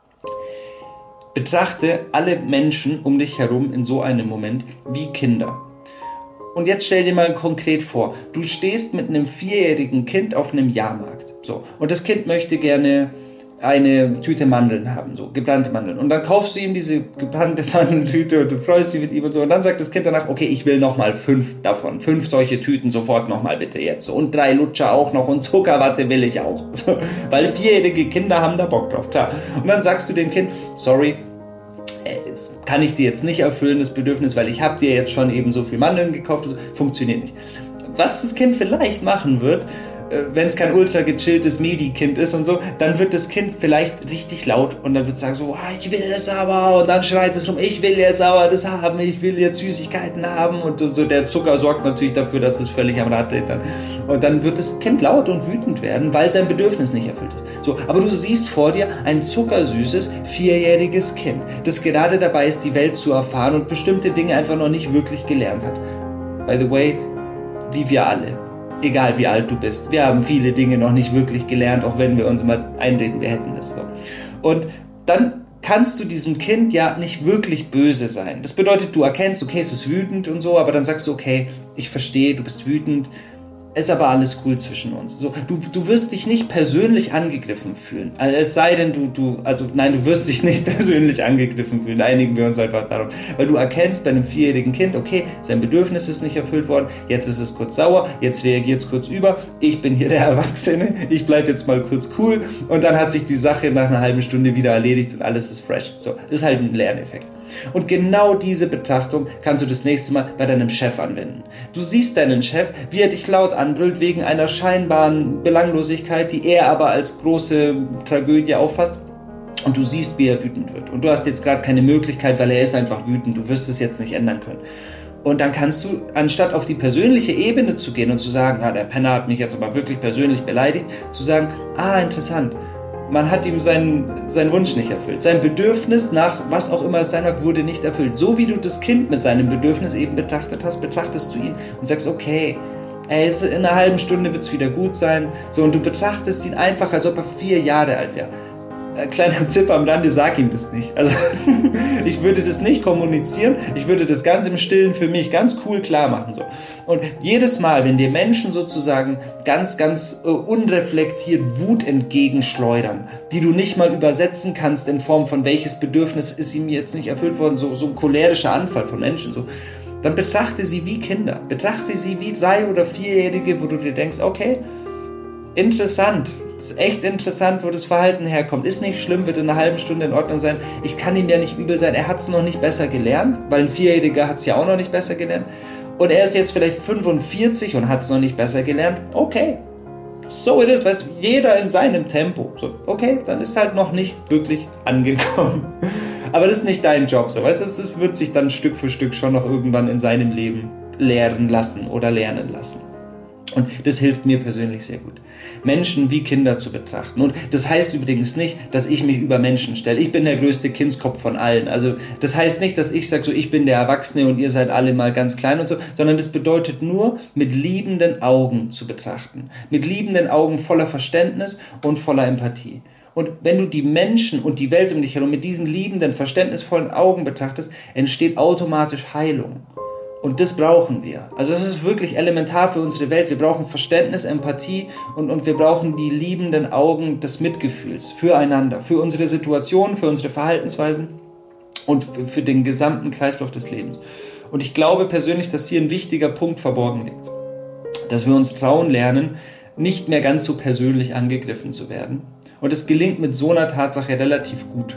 Betrachte alle Menschen um dich herum in so einem Moment wie Kinder. Und jetzt stell dir mal konkret vor, du stehst mit einem vierjährigen Kind auf einem Jahrmarkt. So, und das Kind möchte gerne eine Tüte Mandeln haben, so gebrannte Mandeln. Und dann kaufst du ihm diese gebrannte Mandeltüte und du freust dich mit ihm und so. Und dann sagt das Kind danach, okay, ich will nochmal fünf davon. Fünf solche Tüten sofort nochmal bitte jetzt. So. Und drei Lutscher auch noch und Zuckerwatte will ich auch. So. Weil vierjährige Kinder haben da Bock drauf, klar. Und dann sagst du dem Kind, sorry, das kann ich dir jetzt nicht erfüllen, das Bedürfnis, weil ich habe dir jetzt schon eben so viel Mandeln gekauft, funktioniert nicht. Was das Kind vielleicht machen wird, wenn es kein ultra gechilltes Medi-Kind ist und so, dann wird das Kind vielleicht richtig laut und dann wird es sagen so, ah, ich will das aber und dann schreit es rum, ich will jetzt aber das haben, ich will jetzt Süßigkeiten haben und so. Der Zucker sorgt natürlich dafür, dass es völlig am Rad dreht dann. Und dann wird das Kind laut und wütend werden, weil sein Bedürfnis nicht erfüllt ist. So, aber du siehst vor dir ein zuckersüßes, vierjähriges Kind, das gerade dabei ist, die Welt zu erfahren und bestimmte Dinge einfach noch nicht wirklich gelernt hat. By the way, wie wir alle. Egal wie alt du bist. Wir haben viele Dinge noch nicht wirklich gelernt, auch wenn wir uns mal einreden, wir hätten das so. Und dann kannst du diesem Kind ja nicht wirklich böse sein. Das bedeutet, du erkennst, okay, es ist wütend und so, aber dann sagst du, okay, ich verstehe, du bist wütend, ist aber alles cool zwischen uns. So, du, du wirst dich nicht persönlich angegriffen fühlen. Also es sei denn, du, du, also nein, du wirst dich nicht persönlich angegriffen fühlen. Einigen wir uns einfach darauf. Weil du erkennst bei einem vierjährigen Kind, okay, sein Bedürfnis ist nicht erfüllt worden, jetzt ist es kurz sauer, jetzt reagiert es kurz über, ich bin hier der Erwachsene, ich bleibe jetzt mal kurz cool und dann hat sich die Sache nach einer halben Stunde wieder erledigt und alles ist fresh. So, das ist halt ein Lerneffekt. Und genau diese Betrachtung kannst du das nächste Mal bei deinem Chef anwenden. Du siehst deinen Chef, wie er dich laut anbrüllt wegen einer scheinbaren Belanglosigkeit, die er aber als große Tragödie auffasst. Und du siehst, wie er wütend wird. Und du hast jetzt gerade keine Möglichkeit, weil er ist einfach wütend. Du wirst es jetzt nicht ändern können. Und dann kannst du, anstatt auf die persönliche Ebene zu gehen und zu sagen, ah, der Penner hat mich jetzt aber wirklich persönlich beleidigt, zu sagen, ah, interessant. Man hat ihm seinen, seinen Wunsch nicht erfüllt. Sein Bedürfnis nach was auch immer es sein mag, wurde nicht erfüllt. So wie du das Kind mit seinem Bedürfnis eben betrachtet hast, betrachtest du ihn und sagst, okay, ey, in einer halben Stunde wird es wieder gut sein. So, und du betrachtest ihn einfach, als ob er vier Jahre alt wäre. Kleiner Tipp am Rande, sag ihm das nicht. Also ich würde das nicht kommunizieren, ich würde das ganz im Stillen für mich ganz cool klar machen. So. Und jedes Mal, wenn dir Menschen sozusagen ganz, ganz äh, unreflektiert Wut entgegenschleudern, die du nicht mal übersetzen kannst in Form von welches Bedürfnis ist ihm jetzt nicht erfüllt worden, so, so ein cholerischer Anfall von Menschen, so, dann betrachte sie wie Kinder, betrachte sie wie drei- oder vierjährige, wo du dir denkst, okay, interessant, das ist echt interessant, wo das Verhalten herkommt. Ist nicht schlimm, wird in einer halben Stunde in Ordnung sein. Ich kann ihm ja nicht übel sein. Er hat es noch nicht besser gelernt, weil ein Vierjähriger hat es ja auch noch nicht besser gelernt. Und er ist jetzt vielleicht fünfundvierzig und hat es noch nicht besser gelernt. Okay, so it is. Weißt, jeder in seinem Tempo. So, okay, dann ist halt noch nicht wirklich angekommen. Aber das ist nicht dein Job. So, weißt, das wird sich dann Stück für Stück schon noch irgendwann in seinem Leben lehren lassen oder lernen lassen. Und das hilft mir persönlich sehr gut, Menschen wie Kinder zu betrachten. Und das heißt übrigens nicht, dass ich mich über Menschen stelle. Ich bin der größte Kindskopf von allen. Also das heißt nicht, dass ich sage, so, ich bin der Erwachsene und ihr seid alle mal ganz klein und so, sondern das bedeutet nur, mit liebenden Augen zu betrachten. Mit liebenden Augen voller Verständnis und voller Empathie. Und wenn du die Menschen und die Welt um dich herum mit diesen liebenden, verständnisvollen Augen betrachtest, entsteht automatisch Heilung. Und das brauchen wir. Also es ist wirklich elementar für unsere Welt. Wir brauchen Verständnis, Empathie und, und wir brauchen die liebenden Augen des Mitgefühls füreinander, für unsere Situation, für unsere Verhaltensweisen und für, für den gesamten Kreislauf des Lebens. Und ich glaube persönlich, dass hier ein wichtiger Punkt verborgen liegt. Dass wir uns trauen lernen, nicht mehr ganz so persönlich angegriffen zu werden. Und es gelingt mit so einer Tatsache relativ gut.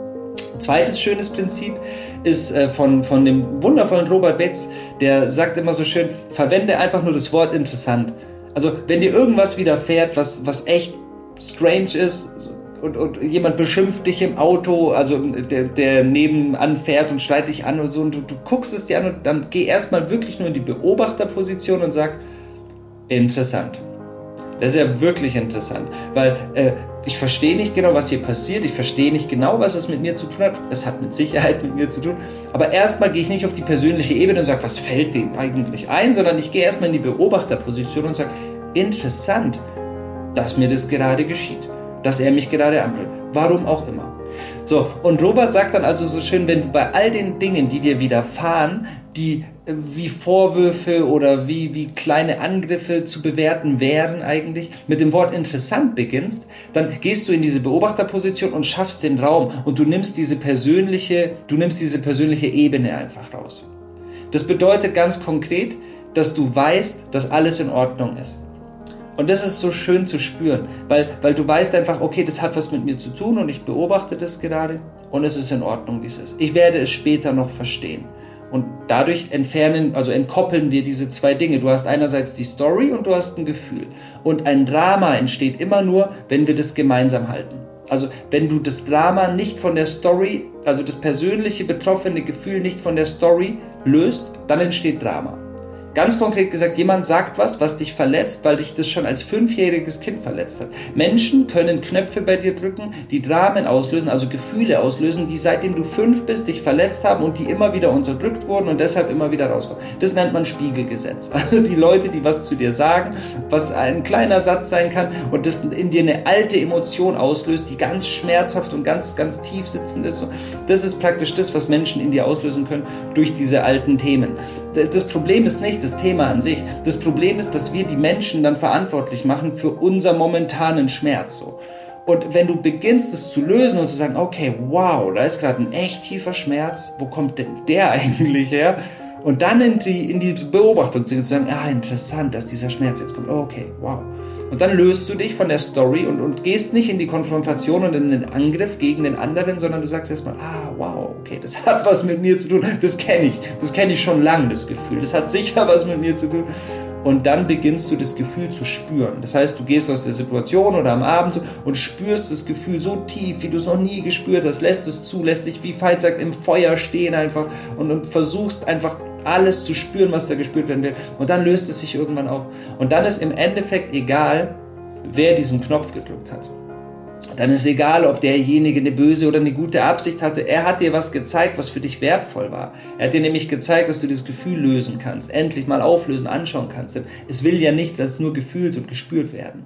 Zweites schönes Prinzip ist äh, von, von dem wundervollen Robert Betz, der sagt immer so schön, verwende einfach nur das Wort interessant. Also wenn dir irgendwas widerfährt, was, was echt strange ist und, und jemand beschimpft dich im Auto, also der, der nebenan fährt und schreit dich an und so und du, du guckst es dir an und dann geh erstmal wirklich nur in die Beobachterposition und sag, interessant. Das ist ja wirklich interessant, weil äh, ich verstehe nicht genau, was hier passiert, ich verstehe nicht genau, was es mit mir zu tun hat, es hat mit Sicherheit mit mir zu tun, aber erstmal gehe ich nicht auf die persönliche Ebene und sage, was fällt dem eigentlich ein, sondern ich gehe erstmal in die Beobachterposition und sage, interessant, dass mir das gerade geschieht, dass er mich gerade anbringt, warum auch immer. So, und Robert sagt dann also so schön, wenn du bei all den Dingen, die dir widerfahren, die wie Vorwürfe oder wie, wie kleine Angriffe zu bewerten wären eigentlich, mit dem Wort interessant beginnst, dann gehst du in diese Beobachterposition und schaffst den Raum und du nimmst diese persönliche, du nimmst diese persönliche Ebene einfach raus. Das bedeutet ganz konkret, dass du weißt, dass alles in Ordnung ist. Und das ist so schön zu spüren, weil, weil du weißt einfach, okay, das hat was mit mir zu tun und ich beobachte das gerade und es ist in Ordnung, wie es ist. Ich werde es später noch verstehen. Und dadurch entfernen, also entkoppeln wir diese zwei Dinge. Du hast einerseits die Story und du hast ein Gefühl. Und ein Drama entsteht immer nur, wenn wir das gemeinsam halten. Also wenn du das Drama nicht von der Story, also das persönliche betroffene Gefühl nicht von der Story löst, dann entsteht Drama. Ganz konkret gesagt, jemand sagt was, was dich verletzt, weil dich das schon als fünfjähriges Kind verletzt hat. Menschen können Knöpfe bei dir drücken, die Dramen auslösen, also Gefühle auslösen, die seitdem du fünf bist, dich verletzt haben und die immer wieder unterdrückt wurden und deshalb immer wieder rauskommen. Das nennt man Spiegelgesetz. Also die Leute, die was zu dir sagen, was ein kleiner Satz sein kann und das in dir eine alte Emotion auslöst, die ganz schmerzhaft und ganz, ganz tief sitzend ist. Das ist praktisch das, was Menschen in dir auslösen können durch diese alten Themen. Das Problem ist nicht das Thema an sich. Das Problem ist, dass wir die Menschen dann verantwortlich machen für unseren momentanen Schmerz. So. Und wenn du beginnst, es zu lösen und zu sagen, okay, wow, da ist gerade ein echt tiefer Schmerz, wo kommt denn der eigentlich her? Und dann in die, in die Beobachtung zu gehen und zu sagen, ah, interessant, dass dieser Schmerz jetzt kommt. Oh, okay, wow. Und dann löst du dich von der Story und, und gehst nicht in die Konfrontation und in den Angriff gegen den anderen, sondern du sagst erstmal, ah, wow, okay, das hat was mit mir zu tun. Das kenne ich. Das kenne ich schon lange, das Gefühl. Das hat sicher was mit mir zu tun. Und dann beginnst du das Gefühl zu spüren. Das heißt, du gehst aus der Situation oder am Abend und spürst das Gefühl so tief, wie du es noch nie gespürt hast, lässt es zu, lässt dich, wie Veit sagt, im Feuer stehen einfach und, und versuchst einfach alles zu spüren, was da gespürt werden will. Und dann löst es sich irgendwann auf. Und dann ist im Endeffekt egal, wer diesen Knopf gedrückt hat. Dann ist egal, ob derjenige eine böse oder eine gute Absicht hatte. Er hat dir was gezeigt, was für dich wertvoll war. Er hat dir nämlich gezeigt, dass du dieses Gefühl lösen kannst, endlich mal auflösen, anschauen kannst. Denn es will ja nichts als nur gefühlt und gespürt werden.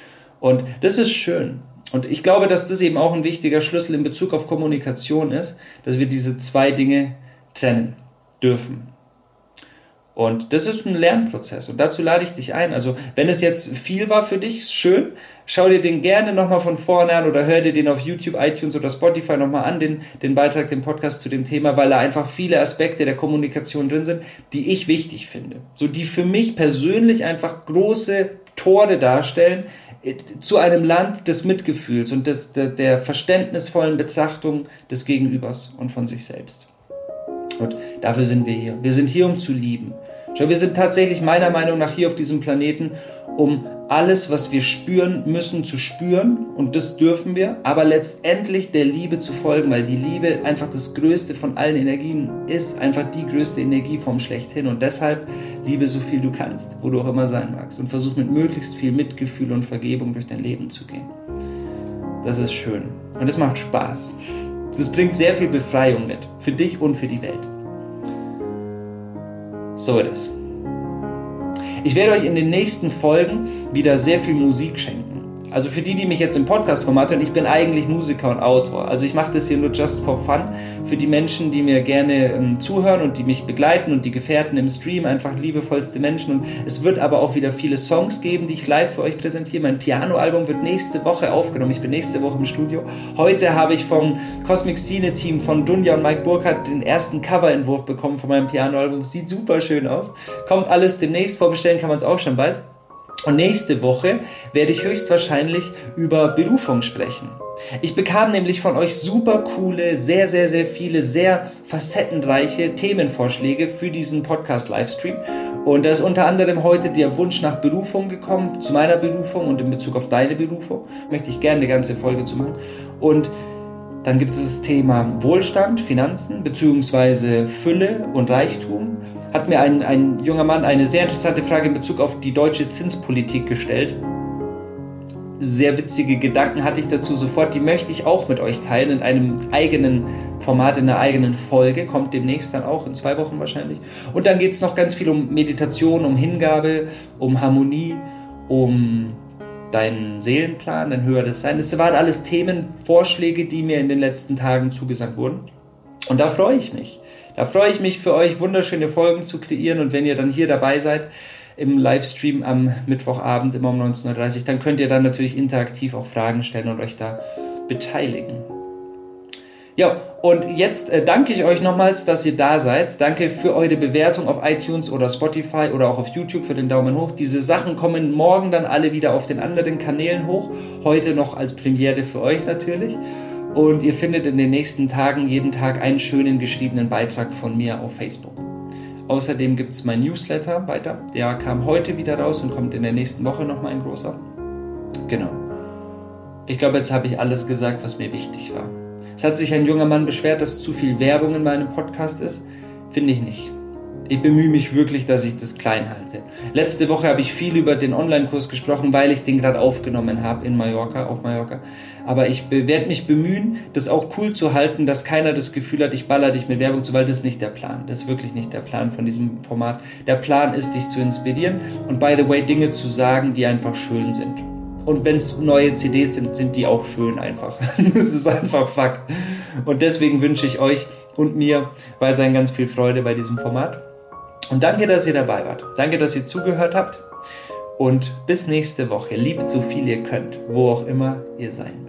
Und das ist schön. Und ich glaube, dass das eben auch ein wichtiger Schlüssel in Bezug auf Kommunikation ist, dass wir diese zwei Dinge trennen dürfen. Und das ist ein Lernprozess und dazu lade ich dich ein. Also wenn es jetzt viel war für dich, ist schön, schau dir den gerne nochmal von vorne an oder hör dir den auf YouTube, iTunes oder Spotify nochmal an, den, den Beitrag, den Podcast zu dem Thema, weil da einfach viele Aspekte der Kommunikation drin sind, die ich wichtig finde. So die für mich persönlich einfach große Tore darstellen zu einem Land des Mitgefühls und des, der, der verständnisvollen Betrachtung des Gegenübers und von sich selbst. Und dafür sind wir hier. Wir sind hier, um zu lieben. Schau, wir sind tatsächlich meiner Meinung nach hier auf diesem Planeten, um alles, was wir spüren müssen, zu spüren. Und das dürfen wir. Aber letztendlich der Liebe zu folgen, weil die Liebe einfach das Größte von allen Energien ist. Einfach die größte Energieform schlechthin. Und deshalb liebe so viel du kannst, wo du auch immer sein magst. Und versuch mit möglichst viel Mitgefühl und Vergebung durch dein Leben zu gehen. Das ist schön. Und das macht Spaß. Das bringt sehr viel Befreiung mit. Für dich und für die Welt. So it is. Ich werde euch in den nächsten Folgen wieder sehr viel Musik schenken. Also für die, die mich jetzt im Podcast-Format hören, ich bin eigentlich Musiker und Autor. Also ich mache das hier nur just for fun. Für die Menschen, die mir gerne ähm, zuhören und die mich begleiten und die Gefährten im Stream, einfach liebevollste Menschen. Und es wird aber auch wieder viele Songs geben, die ich live für euch präsentiere. Mein Piano-Album wird nächste Woche aufgenommen. Ich bin nächste Woche im Studio. Heute habe ich vom Cosmic Scene-Team von Dunja und Mike Burkhardt den ersten Coverentwurf bekommen von meinem Piano-Album. Sieht super schön aus. Kommt alles demnächst. Vorbestellen kann man es auch schon bald. Und nächste Woche werde ich höchstwahrscheinlich über Berufung sprechen. Ich bekam nämlich von euch super coole, sehr, sehr, sehr viele, sehr facettenreiche Themenvorschläge für diesen Podcast-Livestream. Und da ist unter anderem heute der Wunsch nach Berufung gekommen, zu meiner Berufung und in Bezug auf deine Berufung. Möchte ich gerne eine ganze Folge zu machen. Und dann gibt es das Thema Wohlstand, Finanzen bzw. Fülle und Reichtum. Hat mir ein, ein junger Mann eine sehr interessante Frage in Bezug auf die deutsche Zinspolitik gestellt. Sehr witzige Gedanken hatte ich dazu sofort. Die möchte ich auch mit euch teilen in einem eigenen Format, in einer eigenen Folge. Kommt demnächst dann auch, in zwei Wochen wahrscheinlich. Und dann geht es noch ganz viel um Meditation, um Hingabe, um Harmonie, um deinen Seelenplan, dein höheres Sein. Das waren alles Themenvorschläge, die mir in den letzten Tagen zugesandt wurden. Und da freue ich mich. Da freue ich mich für euch, wunderschöne Folgen zu kreieren. Und wenn ihr dann hier dabei seid im Livestream am Mittwochabend immer um neunzehn Uhr dreißig, dann könnt ihr dann natürlich interaktiv auch Fragen stellen und euch da beteiligen. Ja, und jetzt äh, danke ich euch nochmals, dass ihr da seid. Danke für eure Bewertung auf iTunes oder Spotify oder auch auf YouTube für den Daumen hoch. Diese Sachen kommen morgen dann alle wieder auf den anderen Kanälen hoch. Heute noch als Premiere für euch natürlich. Und ihr findet in den nächsten Tagen jeden Tag einen schönen geschriebenen Beitrag von mir auf Facebook. Außerdem gibt es mein Newsletter weiter. Der kam heute wieder raus und kommt in der nächsten Woche nochmal ein großer. Genau. Ich glaube, jetzt habe ich alles gesagt, was mir wichtig war. Es hat sich ein junger Mann beschwert, dass zu viel Werbung in meinem Podcast ist. Finde ich nicht. Ich bemühe mich wirklich, dass ich das klein halte. Letzte Woche habe ich viel über den Online-Kurs gesprochen, weil ich den gerade aufgenommen habe in Mallorca, auf Mallorca. Aber ich werde mich bemühen, das auch cool zu halten, dass keiner das Gefühl hat, ich baller dich mit Werbung zu, weil das ist nicht der Plan. Das ist wirklich nicht der Plan von diesem Format. Der Plan ist, dich zu inspirieren und by the way, Dinge zu sagen, die einfach schön sind. Und wenn es neue C Ds sind, sind die auch schön einfach. Das ist einfach Fakt. Und deswegen wünsche ich euch und mir weiterhin ganz viel Freude bei diesem Format. Und danke, dass ihr dabei wart. Danke, dass ihr zugehört habt. Und bis nächste Woche. Liebt so viel ihr könnt, wo auch immer ihr sein mögt.